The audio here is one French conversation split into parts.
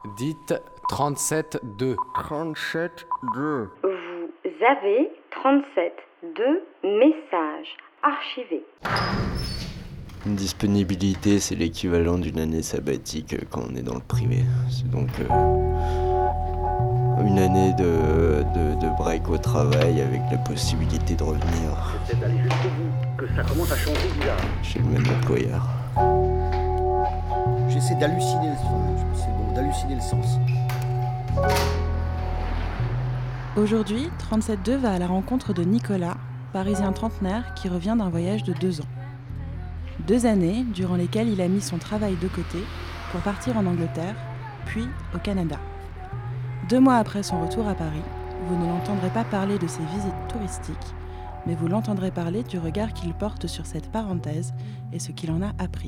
Dites 37-2. 37-2. Vous avez 37-2 messages archivés. Une disponibilité, c'est l'équivalent d'une année sabbatique quand on est dans le privé. C'est donc une année de break au travail avec la possibilité de revenir C'est d'aller jusqu'au bout, que ça commence à changer bizarre. chez le même employeur. J'essaie d'halluciner le sens. C'est bon, d'halluciner le sens. Aujourd'hui, 37.2 va à la rencontre de Nicolas, parisien trentenaire qui revient d'un voyage de 2 ans. 2 années durant lesquelles il a mis son travail de côté pour partir en Angleterre, puis au Canada. 2 mois après son retour à Paris, vous ne l'entendrez pas parler de ses visites touristiques, mais vous l'entendrez parler du regard qu'il porte sur cette parenthèse et ce qu'il en a appris.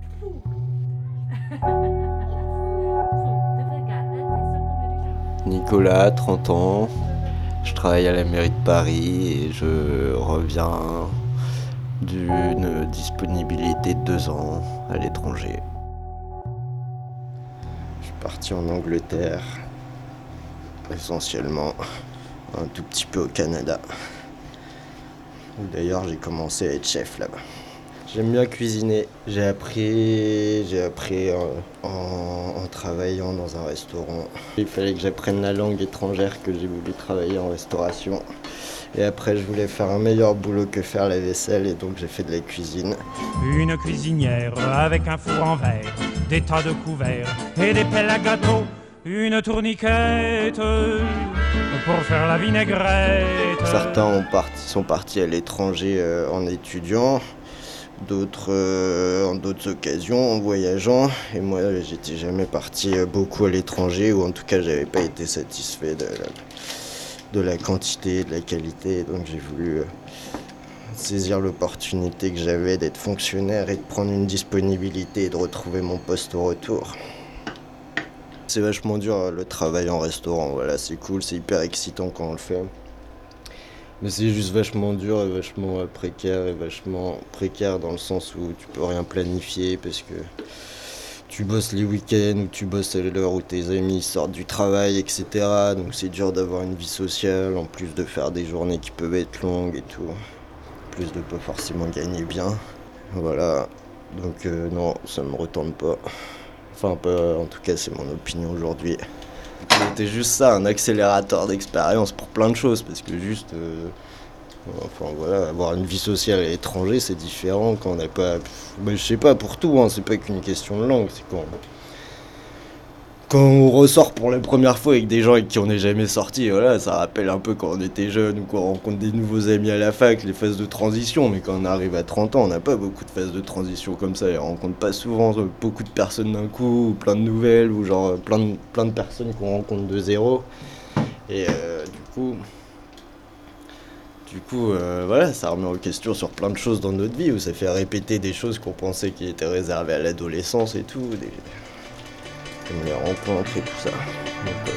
Nicolas, 30 ans, je travaille à la mairie de Paris et je reviens d'une disponibilité de 2 ans à l'étranger. Je suis parti en Angleterre, essentiellement, un tout petit peu au Canada. D'ailleurs, j'ai commencé à être chef là-bas. J'aime bien cuisiner. J'ai appris en travaillant dans un restaurant. Il fallait que j'apprenne la langue étrangère, que j'ai voulu travailler en restauration. Et après, je voulais faire un meilleur boulot que faire la vaisselle, et donc j'ai fait de la cuisine. Une cuisinière avec un four en verre, des tas de couverts et des pelles à gâteau. Une tourniquette pour faire la vinaigrette. Certains sont partis à l'étranger en étudiant. D'autres en d'autres occasions en voyageant, et moi j'étais jamais parti beaucoup à l'étranger, ou en tout cas j'avais pas été satisfait de la quantité et de la qualité, donc j'ai voulu saisir l'opportunité que j'avais d'être fonctionnaire et de prendre une disponibilité et de retrouver mon poste au retour. C'est vachement dur le travail en restaurant, voilà, c'est cool, c'est hyper excitant quand on le fait. Mais c'est juste vachement dur et vachement précaire dans le sens où tu peux rien planifier parce que tu bosses les week-ends ou tu bosses à l'heure où tes amis sortent du travail, etc. Donc c'est dur d'avoir une vie sociale, en plus de faire des journées qui peuvent être longues et tout. En plus de pas forcément gagner bien. Voilà. Donc non, ça me retente pas. Enfin, pas, en tout cas, c'est mon opinion aujourd'hui. C'était juste ça, un accélérateur d'expérience pour plein de choses, parce que juste, enfin voilà, avoir une vie sociale à l'étranger, c'est différent quand on n'a pas, je sais pas pour tout, hein, c'est pas qu'une question de langue, c'est quand on ressort pour la première fois avec des gens avec qui on n'est jamais sorti, voilà, ça rappelle un peu quand on était jeune ou quand on rencontre des nouveaux amis à la fac, les phases de transition, mais quand on arrive à 30 ans, on n'a pas beaucoup de phases de transition comme ça, et on rencontre pas souvent beaucoup de personnes d'un coup, ou plein de nouvelles, ou genre plein de personnes qu'on rencontre de zéro, et du coup, voilà, ça remet en question sur plein de choses dans notre vie, où ça fait répéter des choses qu'on pensait qui étaient réservées à l'adolescence et tout, comme les rencontres et tout ça. Donc,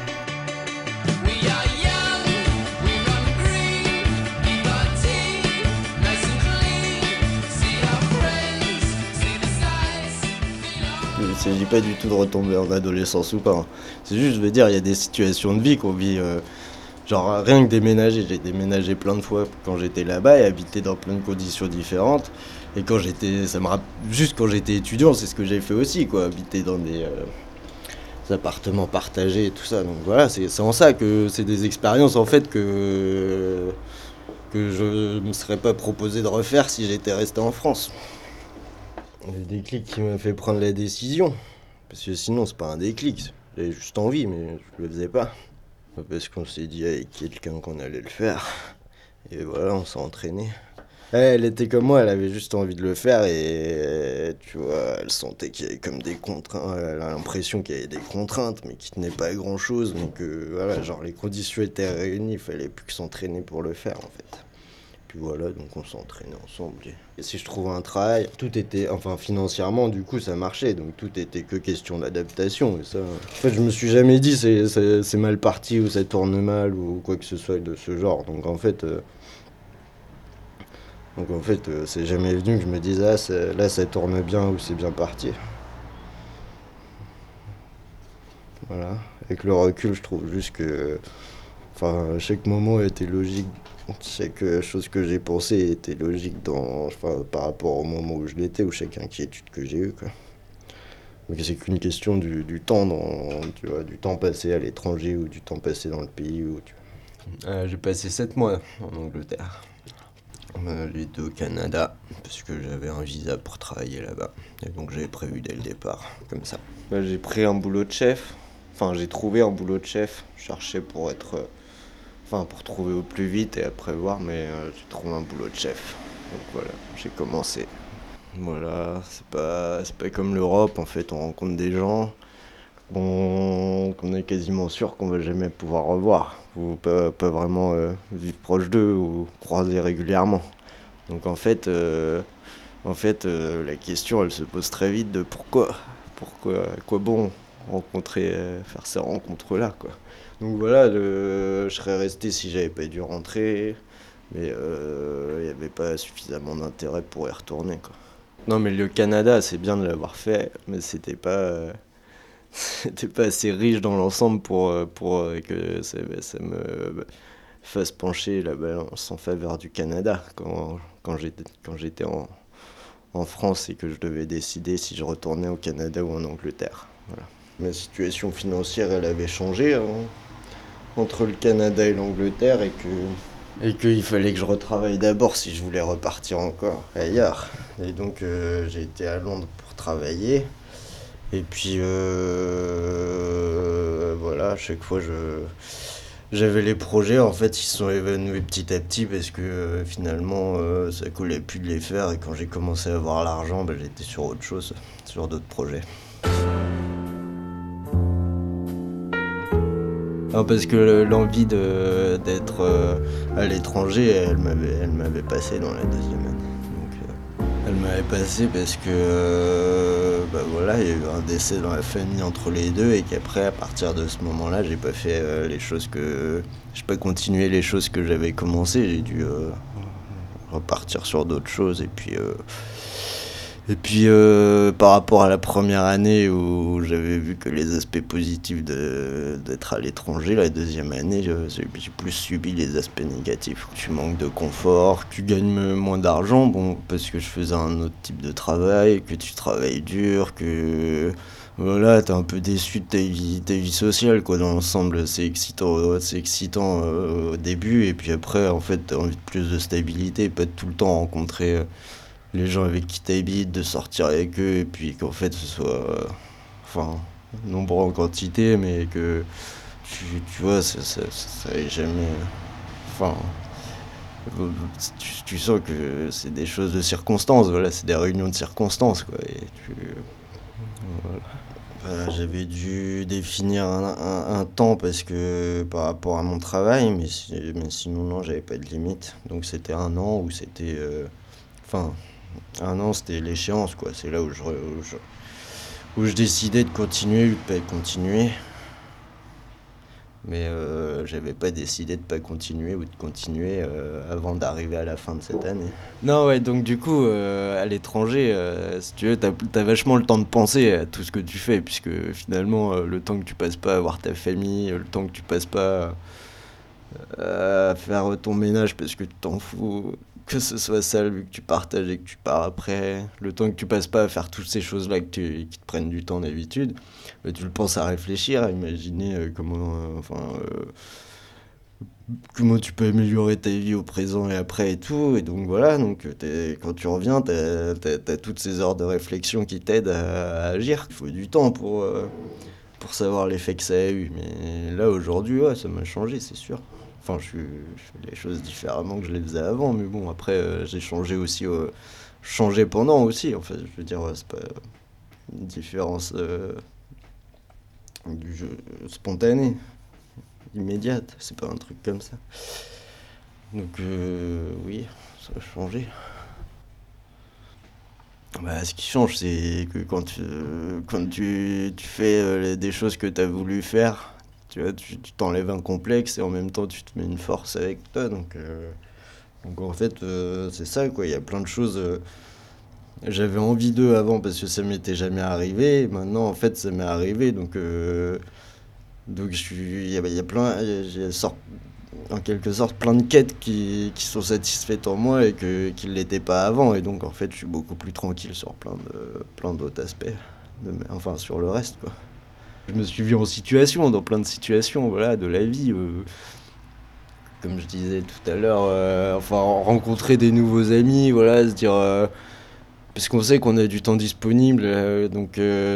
il ne s'agit pas du tout de retomber en adolescence ou pas. Hein. C'est juste, je veux dire, il y a des situations de vie qu'on vit. Genre, rien que déménager. J'ai déménagé plein de fois quand j'étais là-bas et habité dans plein de conditions différentes. Et juste quand j'étais étudiant, c'est ce que j'ai fait aussi, quoi. Habiter dans des appartements partagés et tout ça. Donc voilà, c'est en ça que c'est des expériences en fait que je me serais pas proposé de refaire si j'étais resté en France. Le déclic qui m'a fait prendre la décision, parce que sinon c'est pas un déclic, j'avais juste envie mais je le faisais pas. Parce qu'on s'est dit avec quelqu'un qu'on allait le faire, et voilà, on s'est entraîné. Elle était comme moi, elle avait juste envie de le faire et tu vois, elle sentait qu'il y avait comme des contraintes, elle a l'impression qu'il y avait des contraintes mais qui tenaient pas à grand chose, donc voilà, genre les conditions étaient réunies, il fallait plus que s'entraîner pour le faire en fait. Puis voilà, donc on s'entraînait ensemble. Et si je trouvais un travail, tout était, enfin financièrement du coup ça marchait, donc tout était que question d'adaptation. Et ça, en fait je me suis jamais dit c'est mal parti ou ça tourne mal ou quoi que ce soit de ce genre. Donc en fait, c'est jamais venu que je me dise là ça tourne bien ou c'est bien parti. Voilà. Avec le recul, je trouve juste que chaque moment était logique. Chaque chose que j'ai pensée était logique par rapport au moment où je l'étais, ou chaque inquiétude que j'ai eue, quoi. Donc c'est qu'une question du temps, tu vois, du temps passé à l'étranger ou du temps passé dans le pays. J'ai passé 7 mois en Angleterre. Les 2 au Canada, parce que j'avais un visa pour travailler là-bas. Et donc j'avais prévu dès le départ, comme ça. J'ai pris un boulot de chef. J'ai trouvé un boulot de chef. Je cherchais pour trouver au plus vite et après voir, mais j'ai trouvé un boulot de chef. Donc voilà, j'ai commencé. Voilà, c'est pas comme l'Europe, en fait, on rencontre des gens qu'on est quasiment sûr qu'on va jamais pouvoir revoir, ou pas vraiment vivre proche d'eux ou croiser régulièrement. Donc en fait, la question elle se pose très vite de pourquoi, à quoi bon rencontrer, faire ces rencontres-là, quoi. Donc voilà, je serais resté si j'avais pas dû rentrer, mais il n'y avait pas suffisamment d'intérêt pour y retourner, quoi. Non, mais le Canada, c'est bien de l'avoir fait, mais c'était pas assez riche dans l'ensemble pour que ça me fasse pencher la balance en faveur du Canada quand j'étais en France et que je devais décider si je retournais au Canada ou en Angleterre. Voilà. Ma situation financière, elle avait changé entre le Canada et l'Angleterre et qu'il fallait que je retravaille d'abord si je voulais repartir encore ailleurs. Et donc j'ai été à Londres pour travailler. Et puis voilà, à chaque fois j'avais les projets, en fait, ils se sont évanouis petit à petit parce que finalement ça coulait plus de les faire. Et quand j'ai commencé à avoir l'argent, j'étais sur autre chose, sur d'autres projets. Non, parce que l'envie d'être à l'étranger, elle m'avait passé dans la 2e année. Donc, elle m'avait passé parce que voilà, il y a eu un décès dans la famille entre les deux et qu'après, à partir de ce moment-là, j'ai pas fait j'ai pas continué les choses que j'avais commencées. J'ai dû repartir sur d'autres choses et puis par rapport à la première année où j'avais vu que les aspects positifs d'être à l'étranger, la 2e année, j'ai plus subi les aspects négatifs. Tu manques de confort, tu gagnes moins d'argent, parce que je faisais un autre type de travail, que tu travailles dur, que voilà, t'es un peu déçu de ta vie sociale, quoi. Dans l'ensemble, c'est excitant au début, et puis après, en fait, t'as envie de plus de stabilité, pas de tout le temps rencontrer les gens avec qui t'habites, de sortir avec eux, et puis qu'en fait ce soit nombreux en quantité, mais que tu vois, ça est jamais. Tu sens que c'est des choses de circonstances, voilà, c'est des réunions de circonstances, quoi. Et voilà. J'avais dû définir un temps parce que par rapport à mon travail, mais sinon non, j'avais pas de limite. Donc c'était 1 an où c'était. 1 an, c'était l'échéance, quoi. C'est là où je décidais de continuer ou de pas continuer. Mais j'avais pas décidé de pas continuer ou de continuer avant d'arriver à la fin de cette année. Non, ouais, donc du coup, à l'étranger, si tu veux, t'as vachement le temps de penser à tout ce que tu fais, puisque finalement, le temps que tu passes pas à voir ta famille, le temps que tu passes pas à faire ton ménage parce que tu t'en fous, que ce soit sale vu que tu partages et que tu pars après, le temps que tu passes pas à faire toutes ces choses-là qui te prennent du temps d'habitude, tu le penses à réfléchir, à imaginer comment tu peux améliorer ta vie au présent et après et tout. Et donc voilà, quand tu reviens, t'as toutes ces heures de réflexion qui t'aident à agir. Il faut du temps pour savoir l'effet que ça a eu. Mais là, aujourd'hui, ouais, ça m'a changé, c'est sûr. Je fais les choses différemment que je les faisais avant, mais bon, après, j'ai changé aussi, changé pendant aussi, en fait. Je veux dire, c'est pas une différence du jeu spontané, immédiate, c'est pas un truc comme ça. Donc, oui, ça a changé. Ce qui change, c'est que quand tu fais des choses que t'as voulu faire, tu vois, tu t'enlèves un complexe et en même temps tu te mets une force avec toi. Donc en fait, c'est ça, quoi. Il y a plein de choses. J'avais envie d'eux avant parce que ça m'était jamais arrivé. Et maintenant, en fait, ça m'est arrivé. Donc Donc il y a plein, en quelque sorte plein de quêtes qui sont satisfaites en moi et qui ne l'étaient pas avant. Et donc en fait je suis beaucoup plus tranquille sur plein d'autres aspects, enfin sur le reste, quoi. Je me suis vu dans plein de situations, voilà, de la vie. Comme je disais tout à l'heure, enfin rencontrer des nouveaux amis, voilà, se dire... parce qu'on sait qu'on a du temps disponible, donc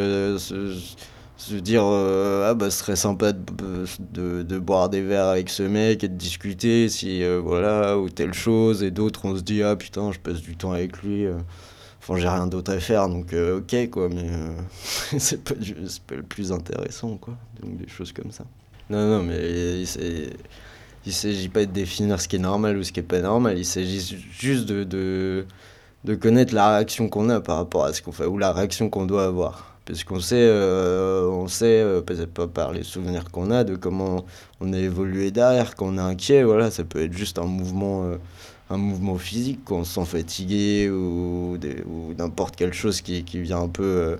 se dire ce serait sympa de boire des verres avec ce mec et de discuter si voilà, ou telle chose, et d'autres on se dit ah putain je passe du temps avec lui, enfin j'ai rien d'autre à faire, donc ok quoi, mais c'est pas le plus intéressant, quoi, donc des choses comme ça. Non mais il s'agit pas de définir ce qui est normal ou ce qui est pas normal, il s'agit juste de connaître la réaction qu'on a par rapport à ce qu'on fait, ou la réaction qu'on doit avoir. Parce qu'on sait, peut-être pas par les souvenirs qu'on a, de comment on a évolué derrière, quand on est inquiet, voilà, ça peut être juste un mouvement physique, quand on se sent fatigué, ou n'importe quelle chose qui vient un peu,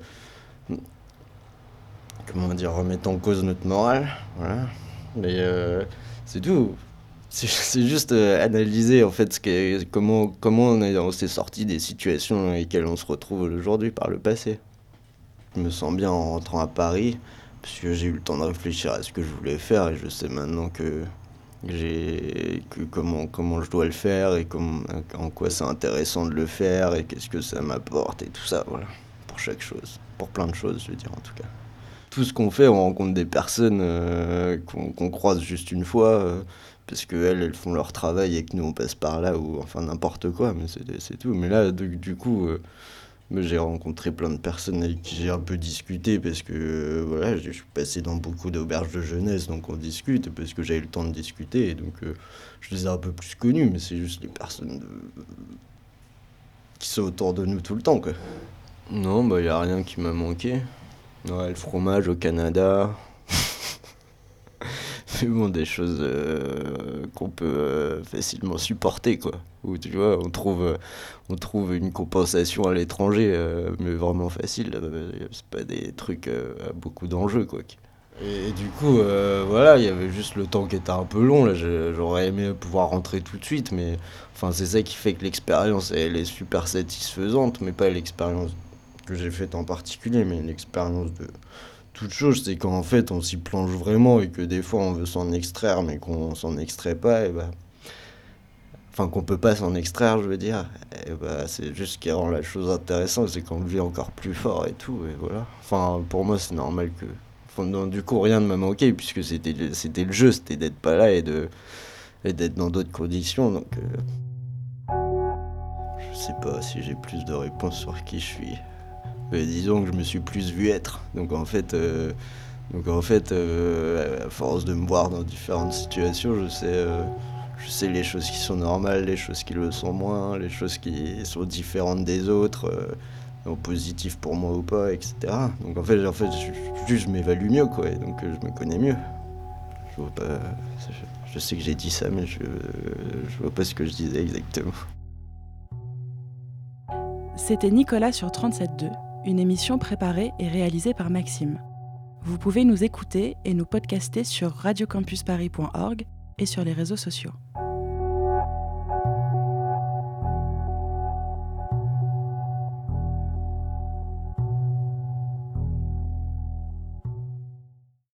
remettre en cause notre morale, voilà. Mais c'est tout. C'est juste analyser en fait comment on s'est sorti des situations dans lesquelles on se retrouve aujourd'hui par le passé. Je me sens bien en rentrant à Paris parce que j'ai eu le temps de réfléchir à ce que je voulais faire et je sais maintenant comment je dois le faire et en quoi c'est intéressant de le faire et qu'est-ce que ça m'apporte et tout ça, voilà, pour chaque chose, pour plein de choses, je veux dire, en tout cas. Tout ce qu'on fait, on rencontre des personnes qu'on croise juste une fois, parce qu'elles font leur travail et que nous on passe par là, ou enfin n'importe quoi, mais c'est tout. Mais là, du coup, j'ai rencontré plein de personnes avec qui j'ai un peu discuté, parce que voilà, je suis passé dans beaucoup d'auberges de jeunesse, donc on discute, parce que j'avais le temps de discuter, et donc je les ai un peu plus connus, mais c'est juste les personnes qui sont autour de nous tout le temps, quoi. Non, y a rien qui m'a manqué. Ouais, le fromage au Canada. Mais bon, des choses qu'on peut facilement supporter, quoi. Où tu vois, on trouve une compensation à l'étranger, mais vraiment facile. C'est pas des trucs à beaucoup d'enjeux, quoi. Et du coup, voilà, il y avait juste le temps qui était un peu long. Là, j'aurais aimé pouvoir rentrer tout de suite, mais enfin, c'est ça qui fait que l'expérience, elle est super satisfaisante, mais pas l'expérience que j'ai faite en particulier, mais l'expérience de toute chose, c'est qu'en fait on s'y plonge vraiment et que des fois on veut s'en extraire mais qu'on s'en extrait pas, et enfin qu'on peut pas s'en extraire, je veux dire, et c'est juste ce qui rend la chose intéressante, c'est qu'on le vit encore plus fort et tout, et voilà. Enfin pour moi c'est normal que, enfin, non, du coup rien ne m'a manqué puisque c'était le jeu, c'était d'être pas là et d'être dans d'autres conditions, donc je sais pas si j'ai plus de réponses sur qui je suis. Disons que je me suis plus vu être. Donc en fait, à force de me voir dans différentes situations, je sais les choses qui sont normales, les choses qui le sont moins, les choses qui sont différentes des autres, positives pour moi ou pas, etc. Donc en fait, je m'évalue mieux, quoi, et donc je me connais mieux. Je vois pas. Je sais que j'ai dit ça, mais je vois pas ce que je disais exactement. C'était Nicolas sur 37.2, une émission préparée et réalisée par Maxime. Vous pouvez nous écouter et nous podcaster sur radiocampusparis.org et sur les réseaux sociaux.